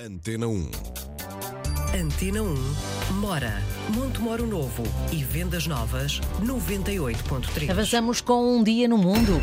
Antena 1. Antena 1, Mora, Montemoro Novo e Vendas Novas, 98.3. Avançamos com um dia no mundo.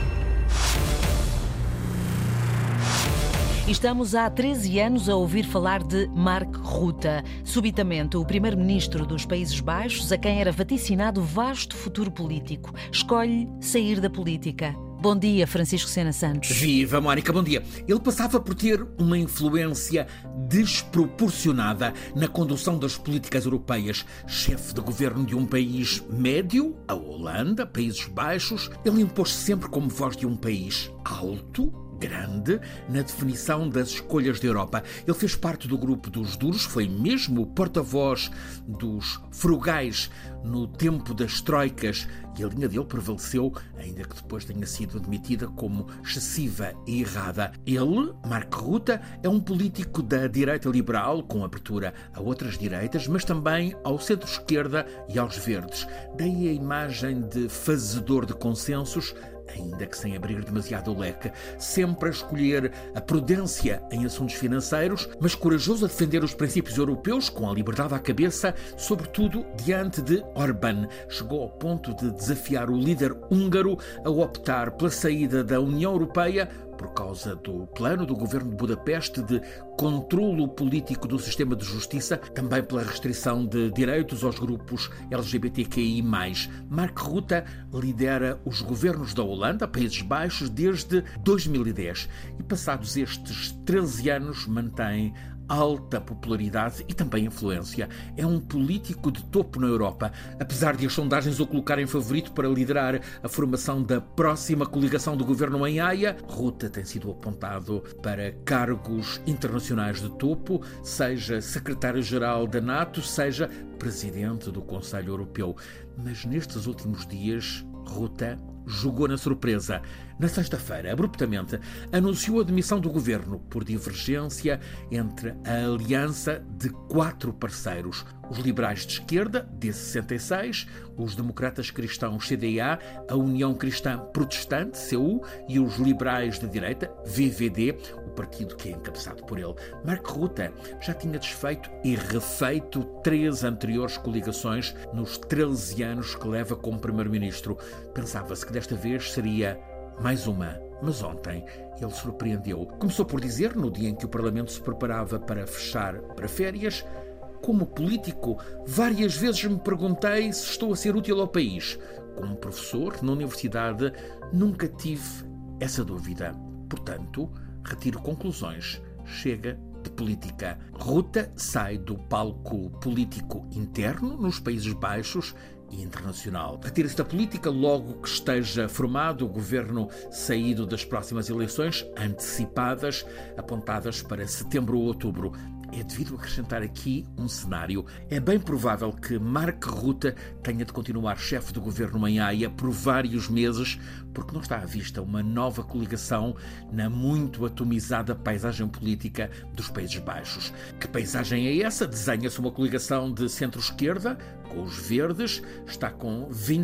Estamos há 13 anos a ouvir falar de Mark Rutte. Subitamente, o primeiro-ministro dos Países Baixos, a quem era vaticinado vasto futuro político, escolhe sair da política. Bom dia, Francisco Sena Santos. Viva, Mónica, bom dia. Ele passava por ter uma influência desproporcionada na condução das políticas europeias. Chefe de governo de um país médio, a Holanda, Países Baixos, ele impôs-se sempre como voz de um país alto, grande, na definição das escolhas da Europa. Ele fez parte do grupo dos duros, foi mesmo o porta-voz dos frugais no tempo das troicas, e a linha dele prevaleceu, ainda que depois tenha sido admitida como excessiva e errada. Ele, Mark Rutte, é um político da direita liberal, com abertura a outras direitas, mas também ao centro-esquerda e aos verdes. Daí a imagem de fazedor de consensos, ainda que sem abrir demasiado o leque, sempre a escolher a prudência em assuntos financeiros, mas corajoso a defender os princípios europeus com a liberdade à cabeça, sobretudo diante de Orbán. Chegou ao ponto de desafiar o líder húngaro a optar pela saída da União Europeia por causa do plano do governo de Budapeste de controlo político do sistema de justiça, também pela restrição de direitos aos grupos LGBTQI+. Mark Rutte lidera os governos da Holanda, Países Baixos, desde 2010 e, passados estes 13 anos, mantém alta popularidade e também influência. É um político de topo na Europa, apesar de as sondagens o colocarem favorito para liderar a formação da próxima coligação do governo em Haia. Rutte tem sido apontado para cargos internacionais de topo, seja secretário-geral da NATO, seja presidente do Conselho Europeu. Mas nestes últimos dias, Rutte jogou na surpresa. Na sexta-feira, abruptamente, anunciou a demissão do governo por divergência entre a aliança de 4 parceiros. Os liberais de esquerda, D66, os democratas cristãos, CDA, a União Cristã Protestante, CU, e os liberais de direita, VVD, o partido que é encabeçado por ele. Mark Rutte já tinha desfeito e refeito 3 anteriores coligações nos 13 anos que leva como primeiro-ministro. Pensava-se que desta vez seria mais uma, mas ontem ele surpreendeu. Começou por dizer, no dia em que o Parlamento se preparava para fechar para férias: como político, várias vezes me perguntei se estou a ser útil ao país. Como professor na universidade, nunca tive essa dúvida. Portanto, retiro conclusões. Chega de política. Rutte sai do palco político interno nos Países Baixos e internacional. Retira-se da política logo que esteja formado o governo saído das próximas eleições antecipadas, apontadas para setembro ou outubro. É devido acrescentar aqui um cenário. É bem provável que Mark Rutte tenha de continuar chefe do governo em Haia por vários meses, porque não está à vista uma nova coligação na muito atomizada paisagem política dos Países Baixos. Que paisagem é essa? Desenha-se uma coligação de centro-esquerda, com os verdes, está com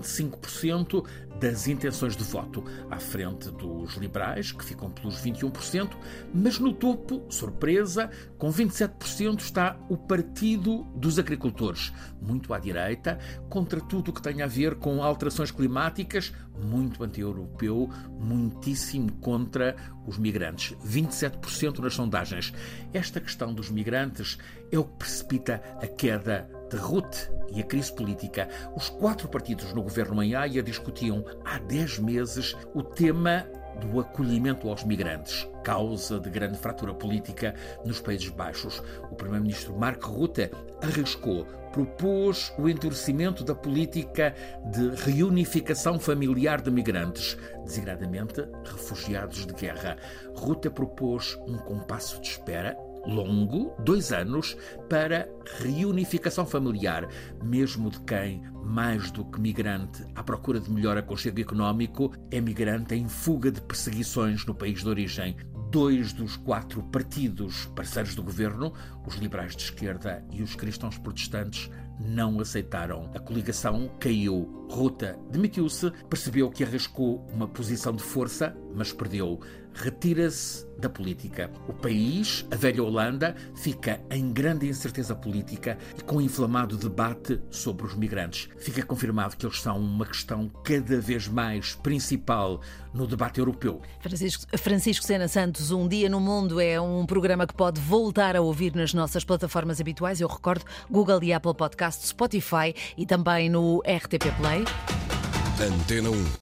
25% das intenções de voto, à frente dos liberais, que ficam pelos 21%, mas no topo, surpresa, com 27% está o Partido dos Agricultores, muito à direita, contra tudo o que tem a ver com alterações climáticas, muito anti-europeu, muitíssimo contra os migrantes, 27% nas sondagens. Esta questão dos migrantes é o que precipita a queda de Rutte e a crise política. Os 4 partidos no governo em Haia discutiam há 10 meses o tema do acolhimento aos migrantes, causa de grande fratura política nos Países Baixos. O primeiro-ministro Mark Rutte arriscou, propôs o endurecimento da política de reunificação familiar de migrantes, designadamente refugiados de guerra. Rutte propôs um compasso de espera longo, 2 anos, para reunificação familiar, mesmo de quem, mais do que migrante à procura de melhor aconchego económico, é migrante em fuga de perseguições no país de origem. 2 dos 4 partidos parceiros do governo, os liberais de esquerda e os cristãos protestantes, não aceitaram. A coligação caiu. Rutte demitiu-se, percebeu que arriscou uma posição de força, mas perdeu. retira-se da política. O país, a velha Holanda, fica em grande incerteza política e com um inflamado debate sobre os migrantes. Fica confirmado que eles são uma questão cada vez mais principal no debate europeu. Francisco Sena Santos, Um Dia no Mundo é um programa que pode voltar a ouvir nas nossas plataformas habituais. Eu recordo, Google e Apple Podcasts, Spotify e também no RTP Play. Antena 1.